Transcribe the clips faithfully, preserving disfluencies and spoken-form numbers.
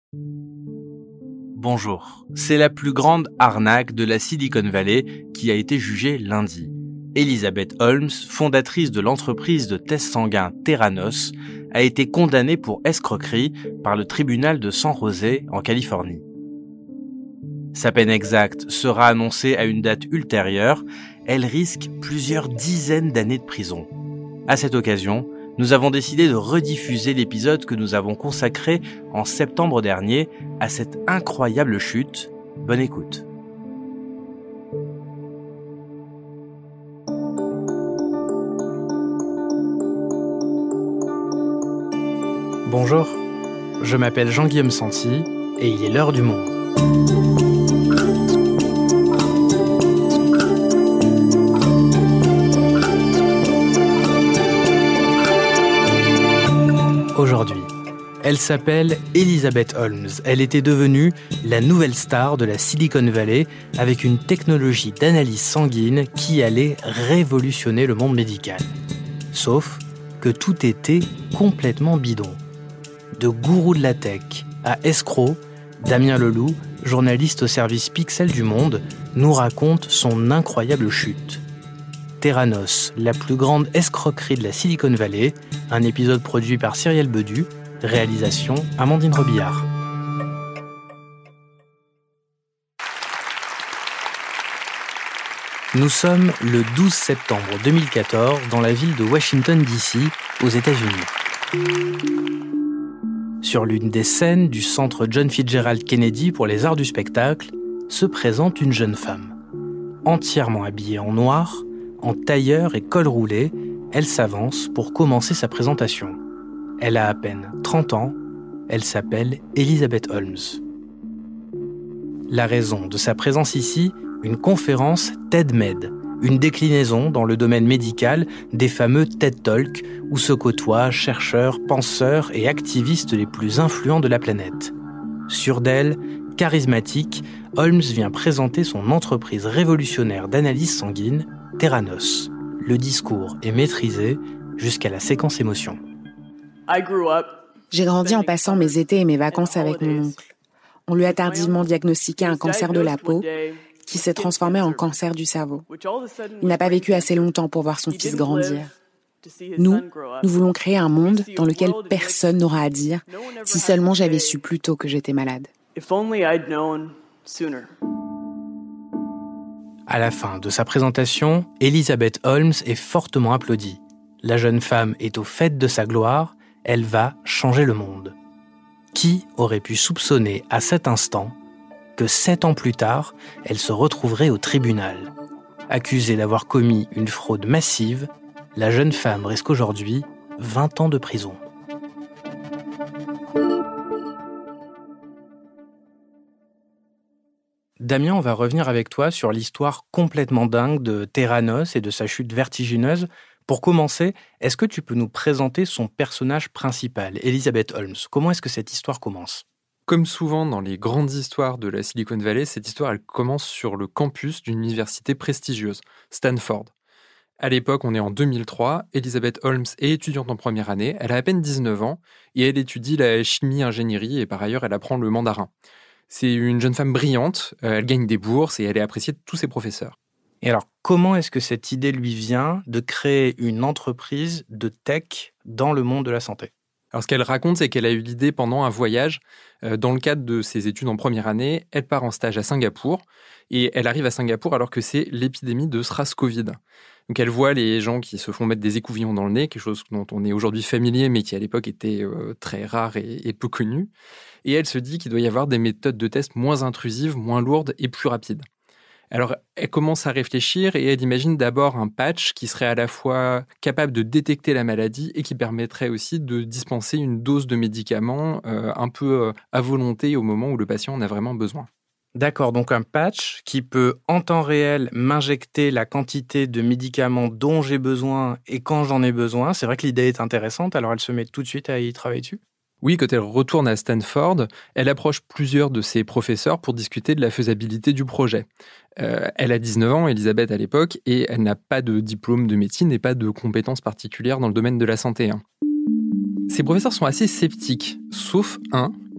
Bonjour, c'est la plus grande arnaque de la Silicon Valley qui a été jugée lundi. Elizabeth Holmes, fondatrice de l'entreprise de tests sanguins Theranos, a été condamnée pour escroquerie par le tribunal de San José en Californie. Sa peine exacte sera annoncée à une date ultérieure. Elle risque plusieurs dizaines d'années de prison. À cette occasion, nous avons décidé de rediffuser l'épisode que nous avons consacré en septembre dernier à cette incroyable chute. Bonne écoute. Bonjour, je m'appelle Jean-Guillaume Santi et il est l'heure du monde. Aujourd'hui, elle s'appelle Elizabeth Holmes. Elle était devenue la nouvelle star de la Silicon Valley avec une technologie d'analyse sanguine qui allait révolutionner le monde médical. Sauf que tout était complètement bidon. De gourou de la tech à escroc, Damien Leloup, journaliste au service Pixel du Monde, nous raconte son incroyable chute. Theranos, la plus grande escroquerie de la Silicon Valley, un épisode produit par Cyrielle Bedu, réalisation Amandine Robillard. Nous sommes le douze septembre deux mille quatorze dans la ville de Washington D C, aux États-Unis. Sur l'une des scènes du centre John Fitzgerald Kennedy pour les arts du spectacle, se présente une jeune femme. Entièrement habillée en noir, en tailleur et col roulé, elle s'avance pour commencer sa présentation. Elle a à peine trente ans, elle s'appelle Elizabeth Holmes. La raison de sa présence ici, une conférence TED-Med, une déclinaison dans le domaine médical des fameux TED Talks où se côtoient chercheurs, penseurs et activistes les plus influents de la planète. Sûre d'elle, charismatique, Holmes vient présenter son entreprise révolutionnaire d'analyse sanguine, Theranos. Le discours est maîtrisé jusqu'à la séquence émotion. J'ai grandi en passant mes étés et mes vacances avec mon oncle. On lui a tardivement diagnostiqué un cancer de la peau qui s'est transformé en cancer du cerveau. Il n'a pas vécu assez longtemps pour voir son fils grandir. Nous, nous voulons créer un monde dans lequel personne n'aura à dire « si seulement j'avais su plus tôt que j'étais malade ». À la fin de sa présentation, Elizabeth Holmes est fortement applaudie. La jeune femme est au faîte de sa gloire, elle va changer le monde. Qui aurait pu soupçonner à cet instant que sept ans plus tard, elle se retrouverait au tribunal? Accusée d'avoir commis une fraude massive, la jeune femme risque aujourd'hui vingt ans de prison. Damien, on va revenir avec toi sur l'histoire complètement dingue de Theranos et de sa chute vertigineuse. Pour commencer, est-ce que tu peux nous présenter son personnage principal, Elizabeth Holmes? Comment est-ce que cette histoire commence? Comme souvent dans les grandes histoires de la Silicon Valley, cette histoire elle commence sur le campus d'une université prestigieuse, Stanford. À l'époque, on est en deux mille trois, Elizabeth Holmes est étudiante en première année, elle a à peine dix-neuf ans et elle étudie la chimie-ingénierie et par ailleurs elle apprend le mandarin. C'est une jeune femme brillante, elle gagne des bourses et elle est appréciée de tous ses professeurs. Et alors, comment est-ce que cette idée lui vient de créer une entreprise de tech dans le monde de la santé? Alors, ce qu'elle raconte, c'est qu'elle a eu l'idée pendant un voyage. Dans le cadre de ses études en première année, elle part en stage à Singapour et elle arrive à Singapour alors que c'est l'épidémie de SRAS-Covid. Donc, elle voit les gens qui se font mettre des écouvillons dans le nez, quelque chose dont on est aujourd'hui familier, mais qui à l'époque était euh, très rare et, et peu connu. Et elle se dit qu'il doit y avoir des méthodes de test moins intrusives, moins lourdes et plus rapides. Alors, elle commence à réfléchir et elle imagine d'abord un patch qui serait à la fois capable de détecter la maladie et qui permettrait aussi de dispenser une dose de médicaments euh, un peu euh, à volonté au moment où le patient en a vraiment besoin. D'accord, donc un patch qui peut en temps réel m'injecter la quantité de médicaments dont j'ai besoin et quand j'en ai besoin. C'est vrai que l'idée est intéressante, alors elle se met tout de suite à y travailler dessus. Oui, quand elle retourne à Stanford, elle approche plusieurs de ses professeurs pour discuter de la faisabilité du projet. Euh, elle a dix-neuf ans, Elisabeth à l'époque, et elle n'a pas de diplôme de médecine et pas de compétences particulières dans le domaine de la santé. Hein. Ses professeurs sont assez sceptiques, sauf un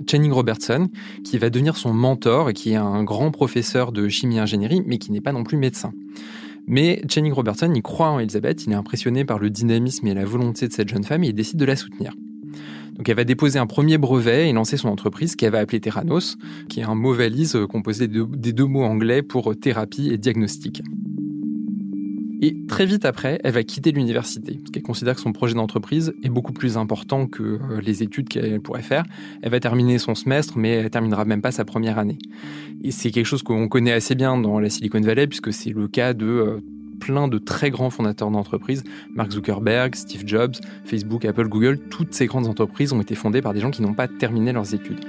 Channing Robertson, qui va devenir son mentor et qui est un grand professeur de chimie-ingénierie, mais qui n'est pas non plus médecin. Mais Channing Robertson, il croit en Elizabeth, il est impressionné par le dynamisme et la volonté de cette jeune femme et il décide de la soutenir. Donc elle va déposer un premier brevet et lancer son entreprise qu'elle va appeler Theranos, qui est un mot valise composé de, des deux mots anglais pour thérapie et diagnostic. Et très vite après, elle va quitter l'université, parce qu'elle considère que son projet d'entreprise est beaucoup plus important que les études qu'elle pourrait faire. Elle va terminer son semestre, mais elle ne terminera même pas sa première année. Et c'est quelque chose qu'on connaît assez bien dans la Silicon Valley, puisque c'est le cas de euh, plein de très grands fondateurs d'entreprises. Mark Zuckerberg, Steve Jobs, Facebook, Apple, Google, toutes ces grandes entreprises ont été fondées par des gens qui n'ont pas terminé leurs études.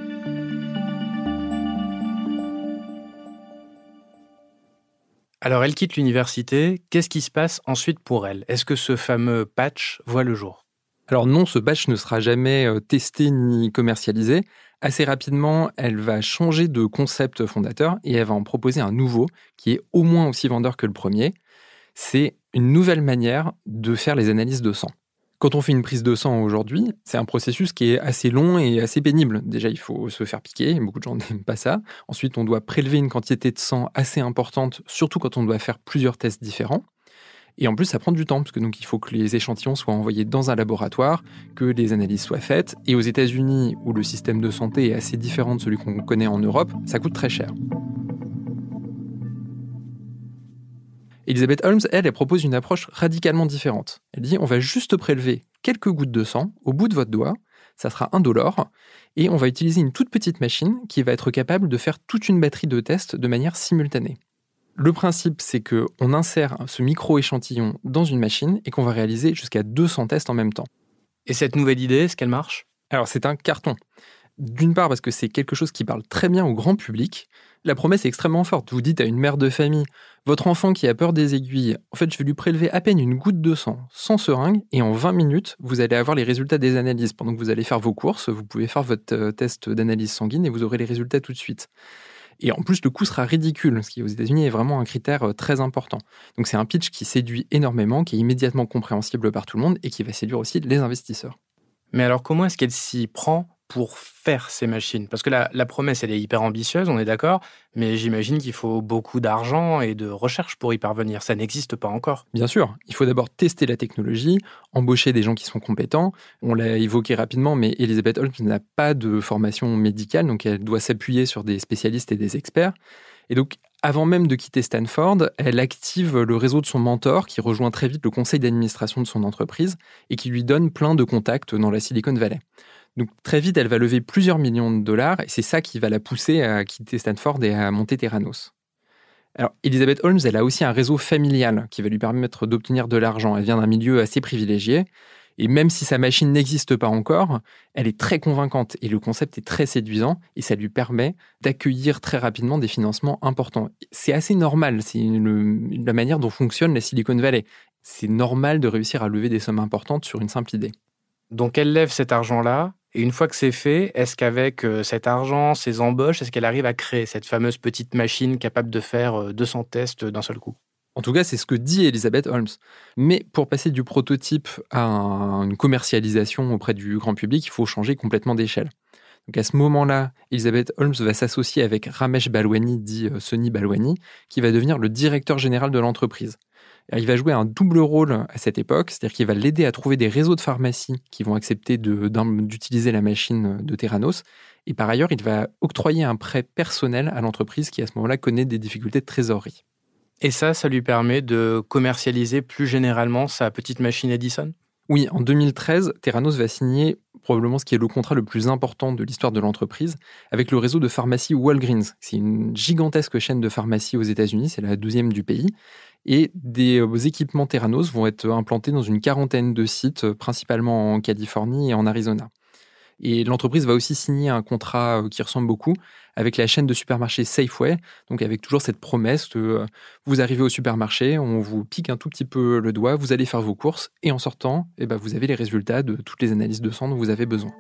Alors, elle quitte l'université. Qu'est-ce qui se passe ensuite pour elle ? Est-ce que ce fameux patch voit le jour ? Alors non, ce patch ne sera jamais testé ni commercialisé. Assez rapidement, elle va changer de concept fondateur et elle va en proposer un nouveau qui est au moins aussi vendeur que le premier. C'est une nouvelle manière de faire les analyses de sang. Quand on fait une prise de sang aujourd'hui, c'est un processus qui est assez long et assez pénible. Déjà, il faut se faire piquer, beaucoup de gens n'aiment pas ça. Ensuite, on doit prélever une quantité de sang assez importante, surtout quand on doit faire plusieurs tests différents. Et en plus, ça prend du temps, parce que donc il faut que les échantillons soient envoyés dans un laboratoire, que les analyses soient faites. Et aux États-Unis, où le système de santé est assez différent de celui qu'on connaît en Europe, ça coûte très cher. Elizabeth Holmes, elle, elle propose une approche radicalement différente. Elle dit, on va juste prélever quelques gouttes de sang au bout de votre doigt, ça sera indolore, et on va utiliser une toute petite machine qui va être capable de faire toute une batterie de tests de manière simultanée. Le principe, c'est qu'on insère ce micro-échantillon dans une machine et qu'on va réaliser jusqu'à deux cents tests en même temps. Et cette nouvelle idée, est-ce qu'elle marche ? Alors, c'est un carton. D'une part, parce que c'est quelque chose qui parle très bien au grand public. La promesse est extrêmement forte. Vous dites à une mère de famille, votre enfant qui a peur des aiguilles, en fait, je vais lui prélever à peine une goutte de sang, sans seringue, et en vingt minutes, vous allez avoir les résultats des analyses. Pendant que vous allez faire vos courses, vous pouvez faire votre test d'analyse sanguine et vous aurez les résultats tout de suite. Et en plus, le coût sera ridicule, ce qui aux États-Unis est vraiment un critère très important. Donc c'est un pitch qui séduit énormément, qui est immédiatement compréhensible par tout le monde et qui va séduire aussi les investisseurs. Mais alors, comment est-ce qu'elle s'y prend pour faire ces machines ? Parce que la, la promesse, elle est hyper ambitieuse, on est d'accord, mais j'imagine qu'il faut beaucoup d'argent et de recherche pour y parvenir. Ça n'existe pas encore. Bien sûr, il faut d'abord tester la technologie, embaucher des gens qui sont compétents. On l'a évoqué rapidement, mais Elizabeth Holmes n'a pas de formation médicale, donc elle doit s'appuyer sur des spécialistes et des experts. Et donc, avant même de quitter Stanford, elle active le réseau de son mentor qui rejoint très vite le conseil d'administration de son entreprise et qui lui donne plein de contacts dans la Silicon Valley. Donc très vite, elle va lever plusieurs millions de dollars et c'est ça qui va la pousser à quitter Stanford et à monter Theranos. Alors, Elizabeth Holmes, elle a aussi un réseau familial qui va lui permettre d'obtenir de l'argent. Elle vient d'un milieu assez privilégié et même si sa machine n'existe pas encore, elle est très convaincante et le concept est très séduisant et ça lui permet d'accueillir très rapidement des financements importants. C'est assez normal, c'est une, la manière dont fonctionne la Silicon Valley. C'est normal de réussir à lever des sommes importantes sur une simple idée. Donc elle lève cet argent-là. Et une fois que c'est fait, est-ce qu'avec euh, cet argent, ces embauches, est-ce qu'elle arrive à créer cette fameuse petite machine capable de faire euh, deux cents tests d'un seul coup ? En tout cas, c'est ce que dit Elizabeth Holmes. Mais pour passer du prototype à un, une commercialisation auprès du grand public, il faut changer complètement d'échelle. Donc à ce moment-là, Elizabeth Holmes va s'associer avec Ramesh Balwani, dit euh, Sunny Balwani, qui va devenir le directeur général de l'entreprise. Il va jouer un double rôle à cette époque, c'est-à-dire qu'il va l'aider à trouver des réseaux de pharmacies qui vont accepter de, d'utiliser la machine de Theranos. Et par ailleurs, il va octroyer un prêt personnel à l'entreprise qui, à ce moment-là, connaît des difficultés de trésorerie. Et ça, ça lui permet de commercialiser plus généralement sa petite machine Edison ? Oui, en deux mille treize, Theranos va signer probablement ce qui est le contrat le plus important de l'histoire de l'entreprise avec le réseau de pharmacie Walgreens. C'est une gigantesque chaîne de pharmacie aux États-Unis, c'est la douzième du pays. Et des équipements Theranos vont être implantés dans une quarantaine de sites, principalement en Californie et en Arizona. Et l'entreprise va aussi signer un contrat qui ressemble beaucoup avec la chaîne de supermarchés Safeway, donc avec toujours cette promesse de euh, vous arrivez au supermarché, on vous pique un tout petit peu le doigt, vous allez faire vos courses et en sortant, eh ben, vous avez les résultats de toutes les analyses de sang dont vous avez besoin.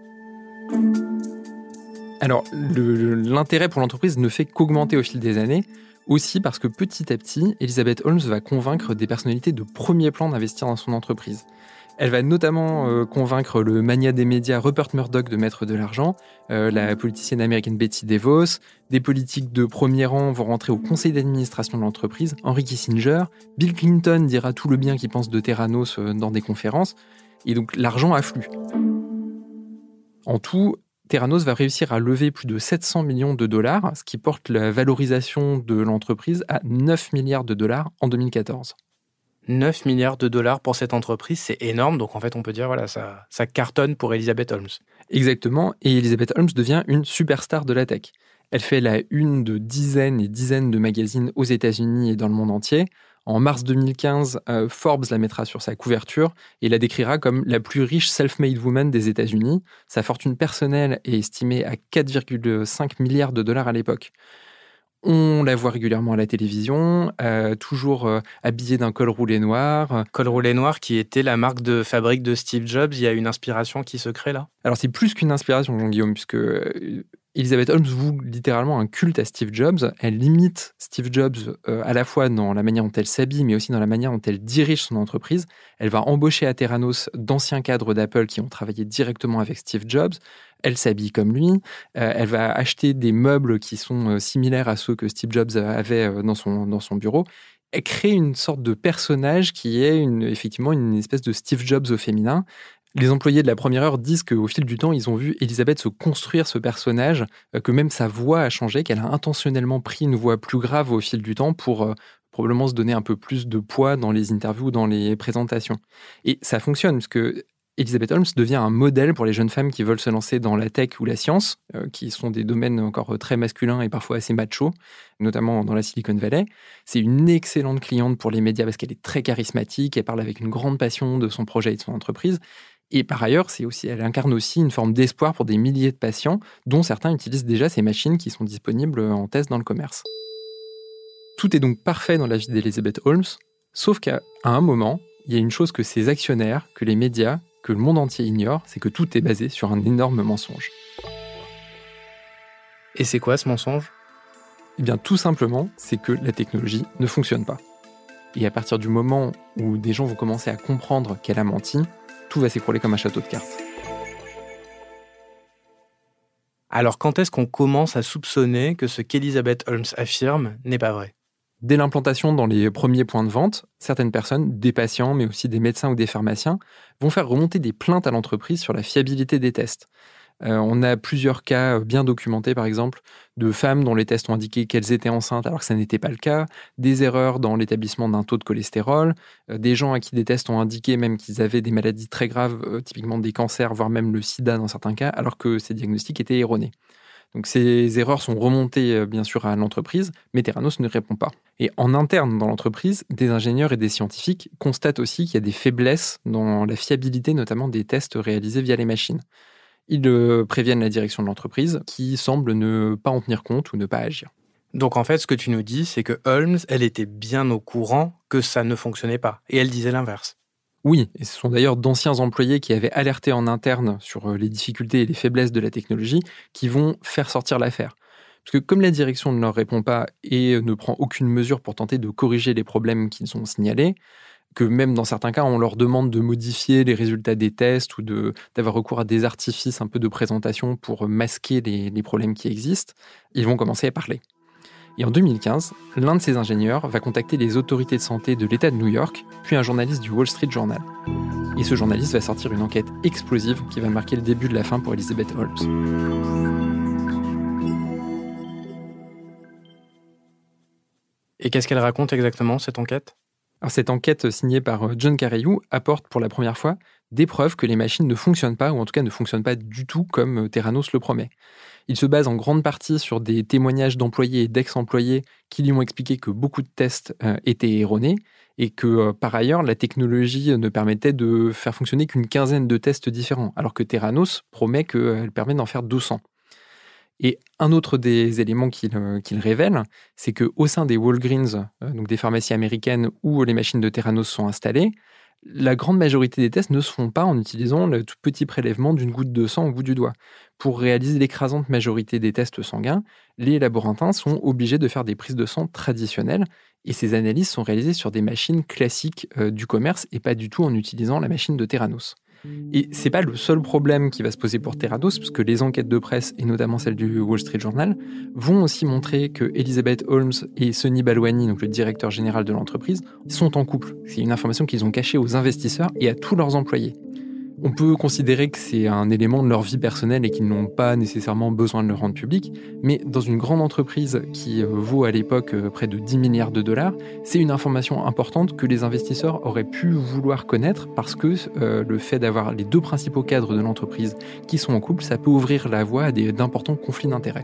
Alors, le, l'intérêt pour l'entreprise ne fait qu'augmenter au fil des années, aussi parce que petit à petit, Elizabeth Holmes va convaincre des personnalités de premier plan d'investir dans son entreprise. Elle va notamment euh, convaincre le mania des médias Rupert Murdoch de mettre de l'argent, euh, la politicienne américaine Betsy DeVos, des politiques de premier rang vont rentrer au conseil d'administration de l'entreprise, Henry Kissinger, Bill Clinton dira tout le bien qu'il pense de Theranos euh, dans des conférences, et donc l'argent afflue. En tout, Theranos va réussir à lever plus de sept cents millions de dollars, ce qui porte la valorisation de l'entreprise à neuf milliards de dollars en deux mille quatorze. neuf milliards de dollars pour cette entreprise, c'est énorme. Donc en fait, on peut dire voilà, ça, ça cartonne pour Elizabeth Holmes. Exactement, et Elizabeth Holmes devient une superstar de la tech. Elle fait la une de dizaines et dizaines de magazines aux États-Unis et dans le monde entier. En mars deux mille quinze, euh, Forbes la mettra sur sa couverture et la décrira comme la plus riche self-made woman des États-Unis. Sa fortune personnelle est estimée à quatre virgule cinq milliards de dollars à l'époque. On la voit régulièrement à la télévision, euh, toujours euh, habillée d'un col roulé noir. Col roulé noir qui était la marque de fabrique de Steve Jobs. Il y a une inspiration qui se crée là ? Alors c'est plus qu'une inspiration, Jean-Guillaume, puisque euh, Elizabeth Holmes voue littéralement un culte à Steve Jobs. Elle imite Steve Jobs euh, à la fois dans la manière dont elle s'habille, mais aussi dans la manière dont elle dirige son entreprise. Elle va embaucher à Theranos d'anciens cadres d'Apple qui ont travaillé directement avec Steve Jobs. Elle s'habille comme lui. Euh, elle va acheter des meubles qui sont euh, similaires à ceux que Steve Jobs avait euh, dans son, dans son bureau. Elle crée une sorte de personnage qui est une, effectivement une espèce de Steve Jobs au féminin. Les employés de la première heure disent qu'au fil du temps, ils ont vu Elizabeth se construire ce personnage, euh, que même sa voix a changé, qu'elle a intentionnellement pris une voix plus grave au fil du temps pour euh, probablement se donner un peu plus de poids dans les interviews ou dans les présentations. Et ça fonctionne, parce que Elizabeth Holmes devient un modèle pour les jeunes femmes qui veulent se lancer dans la tech ou la science, euh, qui sont des domaines encore très masculins et parfois assez machos, notamment dans la Silicon Valley. C'est une excellente cliente pour les médias parce qu'elle est très charismatique, elle parle avec une grande passion de son projet et de son entreprise. Et par ailleurs, c'est aussi, elle incarne aussi une forme d'espoir pour des milliers de patients, dont certains utilisent déjà ces machines qui sont disponibles en test dans le commerce. Tout est donc parfait dans la vie d'Elizabeth Holmes, sauf qu'à un moment, il y a une chose que ses actionnaires, que les médias, que le monde entier ignore, c'est que tout est basé sur un énorme mensonge. Et c'est quoi ce mensonge ? Eh bien, tout simplement, c'est que la technologie ne fonctionne pas. Et à partir du moment où des gens vont commencer à comprendre qu'elle a menti, tout va s'écrouler comme un château de cartes. Alors, quand est-ce qu'on commence à soupçonner que ce qu'Elizabeth Holmes affirme n'est pas vrai ? Dès l'implantation dans les premiers points de vente, certaines personnes, des patients, mais aussi des médecins ou des pharmaciens, vont faire remonter des plaintes à l'entreprise sur la fiabilité des tests. Euh, on a plusieurs cas bien documentés, par exemple, de femmes dont les tests ont indiqué qu'elles étaient enceintes alors que ça n'était pas le cas, des erreurs dans l'établissement d'un taux de cholestérol, euh, des gens à qui des tests ont indiqué même qu'ils avaient des maladies très graves, euh, typiquement des cancers, voire même le sida dans certains cas, alors que ces diagnostics étaient erronés. Donc ces erreurs sont remontées bien sûr à l'entreprise, mais Theranos ne répond pas. Et en interne dans l'entreprise, des ingénieurs et des scientifiques constatent aussi qu'il y a des faiblesses dans la fiabilité notamment des tests réalisés via les machines. Ils euh, préviennent la direction de l'entreprise qui semble ne pas en tenir compte ou ne pas agir. Donc en fait, ce que tu nous dis, c'est que Holmes, elle était bien au courant que ça ne fonctionnait pas. Et elle disait l'inverse. Oui, et ce sont d'ailleurs d'anciens employés qui avaient alerté en interne sur les difficultés et les faiblesses de la technologie qui vont faire sortir l'affaire. Parce que comme la direction ne leur répond pas et ne prend aucune mesure pour tenter de corriger les problèmes qu'ils ont signalés, que même dans certains cas, on leur demande de modifier les résultats des tests ou de, d'avoir recours à des artifices un peu de présentation pour masquer les, les problèmes qui existent, ils vont commencer à parler. Et en deux mille quinze, l'un de ces ingénieurs va contacter les autorités de santé de l'État de New York, puis un journaliste du Wall Street Journal. Et ce journaliste va sortir une enquête explosive qui va marquer le début de la fin pour Elizabeth Holmes. Et qu'est-ce qu'elle raconte exactement, cette enquête ? Alors, cette enquête signée par John Carreyrou apporte pour la première fois des preuves que les machines ne fonctionnent pas, ou en tout cas ne fonctionnent pas du tout comme Theranos le promet. Il se base en grande partie sur des témoignages d'employés et d'ex-employés qui lui ont expliqué que beaucoup de tests euh, étaient erronés et que, euh, par ailleurs, la technologie ne permettait de faire fonctionner qu'une quinzaine de tests différents, alors que Theranos promet qu'elle euh, permet d'en faire deux cents. Et un autre des éléments qu'il, euh, qu'il révèle, c'est qu'au sein des Walgreens, euh, donc des pharmacies américaines où les machines de Theranos sont installées, la grande majorité des tests ne se font pas en utilisant le tout petit prélèvement d'une goutte de sang au bout du doigt. Pour réaliser l'écrasante majorité des tests sanguins, les laborantins sont obligés de faire des prises de sang traditionnelles Et ces analyses sont réalisées sur des machines classiques euh, du commerce et pas du tout en utilisant la machine de Theranos. Et c'est pas le seul problème qui va se poser pour Theranos, parce que les enquêtes de presse, et notamment celle du Wall Street Journal, vont aussi montrer que Elizabeth Holmes et Sonny Balwani, donc le directeur général de l'entreprise, sont en couple. C'est une information qu'ils ont cachée aux investisseurs et à tous leurs employés. On peut considérer que c'est un élément de leur vie personnelle et qu'ils n'ont pas nécessairement besoin de le rendre public, mais dans une grande entreprise qui vaut à l'époque près de dix milliards de dollars, c'est une information importante que les investisseurs auraient pu vouloir connaître parce que euh, le fait d'avoir les deux principaux cadres de l'entreprise qui sont en couple, ça peut ouvrir la voie à des, d'importants conflits d'intérêts.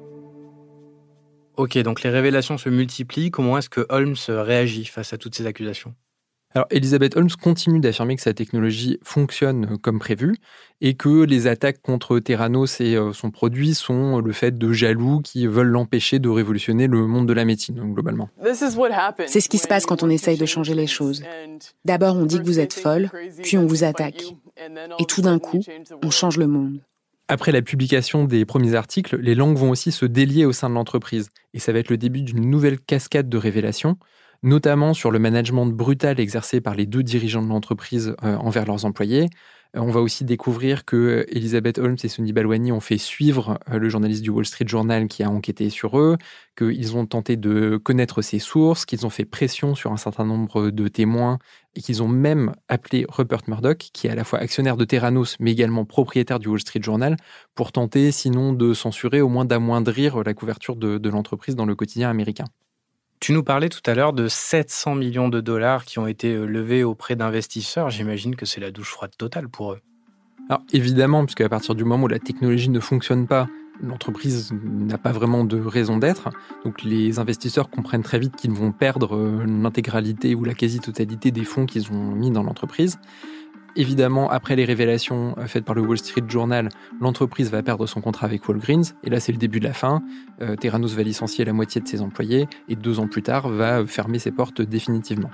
Ok, donc les révélations se multiplient. Comment est-ce que Holmes réagit face à toutes ces accusations ? Alors, Elizabeth Holmes continue d'affirmer que sa technologie fonctionne comme prévu et que les attaques contre Theranos et son produit sont le fait de jaloux qui veulent l'empêcher de révolutionner le monde de la médecine, globalement. C'est ce qui se passe quand on essaye de changer les choses. D'abord, on dit que vous êtes folle, puis on vous attaque. Et tout d'un coup, on change le monde. Après la publication des premiers articles, les langues vont aussi se délier au sein de l'entreprise. Et ça va être le début d'une nouvelle cascade de révélations, notamment sur le management brutal exercé par les deux dirigeants de l'entreprise euh, envers leurs employés. Euh, on va aussi découvrir que Elizabeth Holmes et Sonny Balwani ont fait suivre euh, le journaliste du Wall Street Journal qui a enquêté sur eux, qu'ils ont tenté de connaître ses sources, qu'ils ont fait pression sur un certain nombre de témoins et qu'ils ont même appelé Rupert Murdoch, qui est à la fois actionnaire de Theranos mais également propriétaire du Wall Street Journal, pour tenter, sinon de censurer, au moins d'amoindrir la couverture de, de l'entreprise dans le quotidien américain. Tu nous parlais tout à l'heure de sept cents millions de dollars qui ont été levés auprès d'investisseurs. J'imagine que c'est la douche froide totale pour eux. Alors évidemment, puisqu'à partir du moment où la technologie ne fonctionne pas, l'entreprise n'a pas vraiment de raison d'être. Donc les investisseurs comprennent très vite qu'ils vont perdre l'intégralité ou la quasi-totalité des fonds qu'ils ont mis dans l'entreprise. Évidemment, après les révélations faites par le Wall Street Journal, l'entreprise va perdre son contrat avec Walgreens. Et là, c'est le début de la fin. Euh, Theranos va licencier la moitié de ses employés et deux ans plus tard, va fermer ses portes définitivement.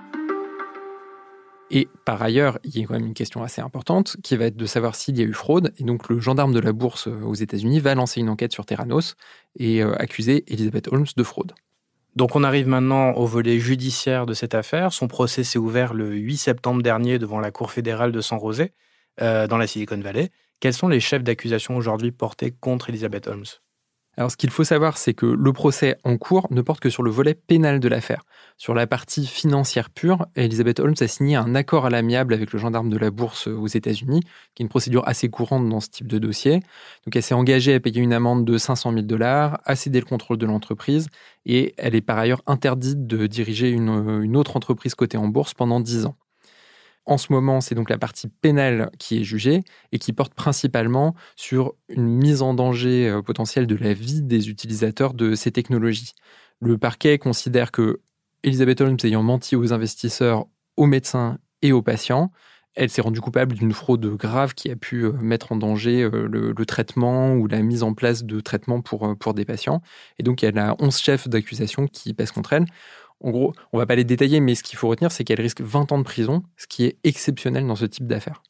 Et par ailleurs, il y a quand même une question assez importante qui va être de savoir s'il y a eu fraude. Et donc, le gendarme de la bourse aux États-Unis va lancer une enquête sur Theranos et euh, accuser Elizabeth Holmes de fraude. Donc on arrive maintenant au volet judiciaire de cette affaire. Son procès s'est ouvert le huit septembre dernier devant la Cour fédérale de San José, euh, dans la Silicon Valley. Quels sont les chefs d'accusation aujourd'hui portés contre Elizabeth Holmes ? Alors, ce qu'il faut savoir, c'est que le procès en cours ne porte que sur le volet pénal de l'affaire. Sur la partie financière pure, Elizabeth Holmes a signé un accord à l'amiable avec le gendarme de la bourse aux États-Unis, qui est une procédure assez courante dans ce type de dossier. Donc, elle s'est engagée à payer une amende de cinq cent mille dollars, à céder le contrôle de l'entreprise, et elle est par ailleurs interdite de diriger une, une autre entreprise cotée en bourse pendant dix ans. En ce moment, c'est donc la partie pénale qui est jugée et qui porte principalement sur une mise en danger potentielle de la vie des utilisateurs de ces technologies. Le parquet considère que Elizabeth Holmes ayant menti aux investisseurs, aux médecins et aux patients, elle s'est rendue coupable d'une fraude grave qui a pu mettre en danger le, le traitement ou la mise en place de traitements pour, pour des patients. Et donc, elle a onze chefs d'accusation qui pèsent contre elle. En gros, on ne va pas les détailler, mais ce qu'il faut retenir, c'est qu'elle risque vingt ans de prison, ce qui est exceptionnel dans ce type d'affaires.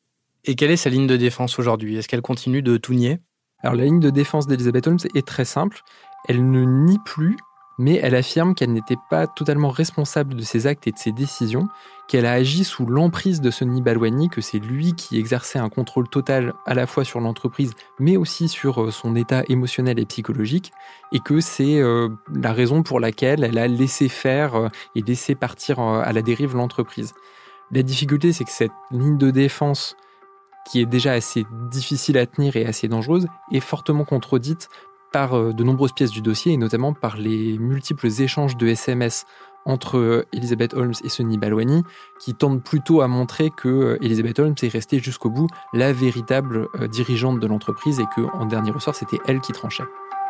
Et quelle est sa ligne de défense aujourd'hui ? Est-ce qu'elle continue de tout nier ? Alors, la ligne de défense d'Elizabeth Holmes est très simple. Elle ne nie plus, mais elle affirme qu'elle n'était pas totalement responsable de ses actes et de ses décisions, qu'elle a agi sous l'emprise de Sonny Balwani, que c'est lui qui exerçait un contrôle total à la fois sur l'entreprise, mais aussi sur son état émotionnel et psychologique, et que c'est euh, la raison pour laquelle elle a laissé faire euh, et laissé partir euh, à la dérive l'entreprise. La difficulté, c'est que cette ligne de défense, qui est déjà assez difficile à tenir et assez dangereuse, est fortement contredite par de nombreuses pièces du dossier, et notamment par les multiples échanges de S M S entre Elizabeth Holmes et Sonny Balwani, qui tendent plutôt à montrer que Elizabeth Holmes est restée jusqu'au bout la véritable dirigeante de l'entreprise et qu'en dernier ressort, c'était elle qui tranchait.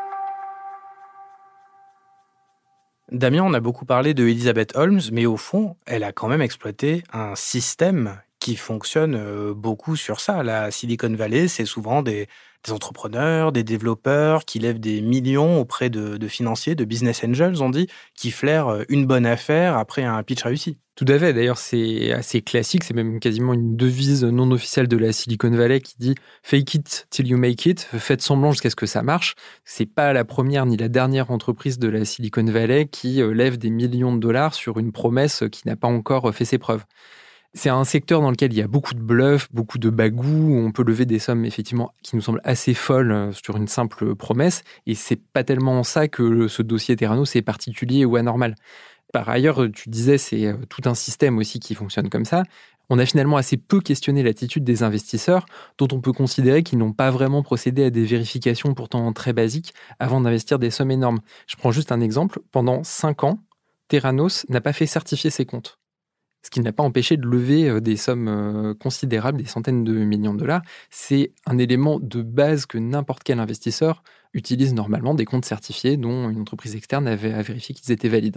Damien, on a beaucoup parlé de Elizabeth Holmes, mais au fond, elle a quand même exploité un système qui fonctionne beaucoup sur ça. La Silicon Valley, c'est souvent des, des entrepreneurs, des développeurs qui lèvent des millions auprès de, de financiers, de business angels, on dit, qui flairent une bonne affaire après un pitch réussi. Tout à fait. D'ailleurs, c'est assez classique. C'est même quasiment une devise non officielle de la Silicon Valley qui dit « fake it till you make it », faites semblant jusqu'à ce que ça marche. C'est pas la première ni la dernière entreprise de la Silicon Valley qui lève des millions de dollars sur une promesse qui n'a pas encore fait ses preuves. C'est un secteur dans lequel il y a beaucoup de bluff, beaucoup de bagou, où on peut lever des sommes effectivement qui nous semblent assez folles sur une simple promesse. Et c'est pas tellement ça que ce dossier Theranos est particulier ou anormal. Par ailleurs, tu disais, c'est tout un système aussi qui fonctionne comme ça. On a finalement assez peu questionné l'attitude des investisseurs, dont on peut considérer qu'ils n'ont pas vraiment procédé à des vérifications pourtant très basiques avant d'investir des sommes énormes. Je prends juste un exemple. Pendant cinq ans, Theranos n'a pas fait certifier ses comptes, ce qui n'a pas empêché de lever des sommes considérables, des centaines de millions de dollars. C'est un élément de base que n'importe quel investisseur utilise normalement, des comptes certifiés dont une entreprise externe avait à vérifier qu'ils étaient valides.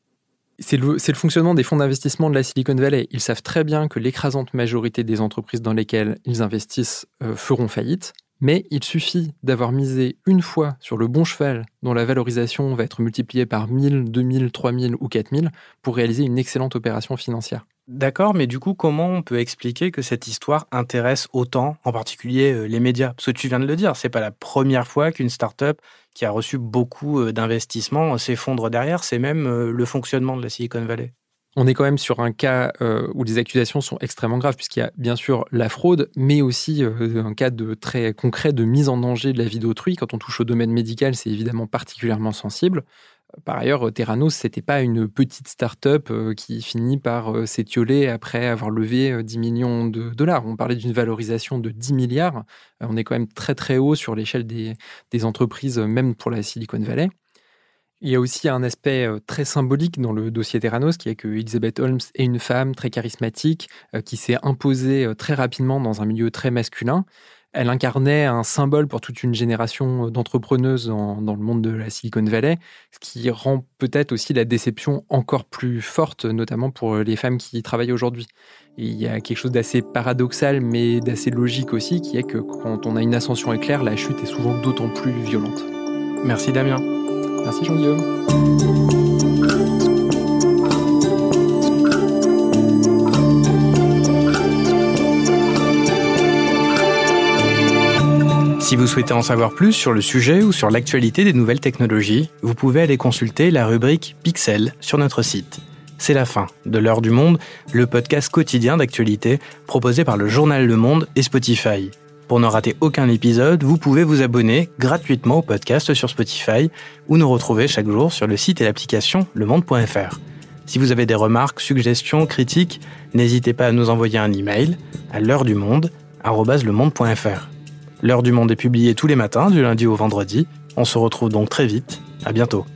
C'est le, c'est le fonctionnement des fonds d'investissement de la Silicon Valley. Ils savent très bien que l'écrasante majorité des entreprises dans lesquelles ils investissent euh, feront faillite, mais il suffit d'avoir misé une fois sur le bon cheval dont la valorisation va être multipliée par mille, deux mille, trois mille ou quatre mille pour réaliser une excellente opération financière. D'accord, mais du coup, comment on peut expliquer que cette histoire intéresse autant, en particulier les médias ? Parce que tu viens de le dire, c'est pas la première fois qu'une start-up qui a reçu beaucoup d'investissements s'effondre derrière, c'est même le fonctionnement de la Silicon Valley. On est quand même sur un cas euh, où les accusations sont extrêmement graves, puisqu'il y a bien sûr la fraude, mais aussi euh, un cas de très concret de mise en danger de la vie d'autrui. Quand on touche au domaine médical, c'est évidemment particulièrement sensible. Par ailleurs, Theranos, c'était pas une petite start-up qui finit par s'étioler après avoir levé dix millions de dollars. On parlait d'une valorisation de dix milliards. On est quand même très très haut sur l'échelle des, des entreprises, même pour la Silicon Valley. Il y a aussi un aspect très symbolique dans le dossier Theranos, qui est que Elizabeth Holmes est une femme très charismatique, qui s'est imposée très rapidement dans un milieu très masculin. Elle incarnait un symbole pour toute une génération d'entrepreneuses dans, dans le monde de la Silicon Valley, ce qui rend peut-être aussi la déception encore plus forte, notamment pour les femmes qui y travaillent aujourd'hui. Et il y a quelque chose d'assez paradoxal, mais d'assez logique aussi, qui est que quand on a une ascension éclair, la chute est souvent d'autant plus violente. Merci Damien. Merci Jean-Guillaume. Si vous souhaitez en savoir plus sur le sujet ou sur l'actualité des nouvelles technologies, vous pouvez aller consulter la rubrique Pixel sur notre site. C'est la fin de L'Heure du Monde, le podcast quotidien d'actualité proposé par le journal Le Monde et Spotify. Pour ne rater aucun épisode, vous pouvez vous abonner gratuitement au podcast sur Spotify ou nous retrouver chaque jour sur le site et l'application le monde point f r. Si vous avez des remarques, suggestions, critiques, n'hésitez pas à nous envoyer un email à l'heure du monde arobase le monde point f r. L'Heure du Monde est publiée tous les matins, du lundi au vendredi. On se retrouve donc très vite. À bientôt.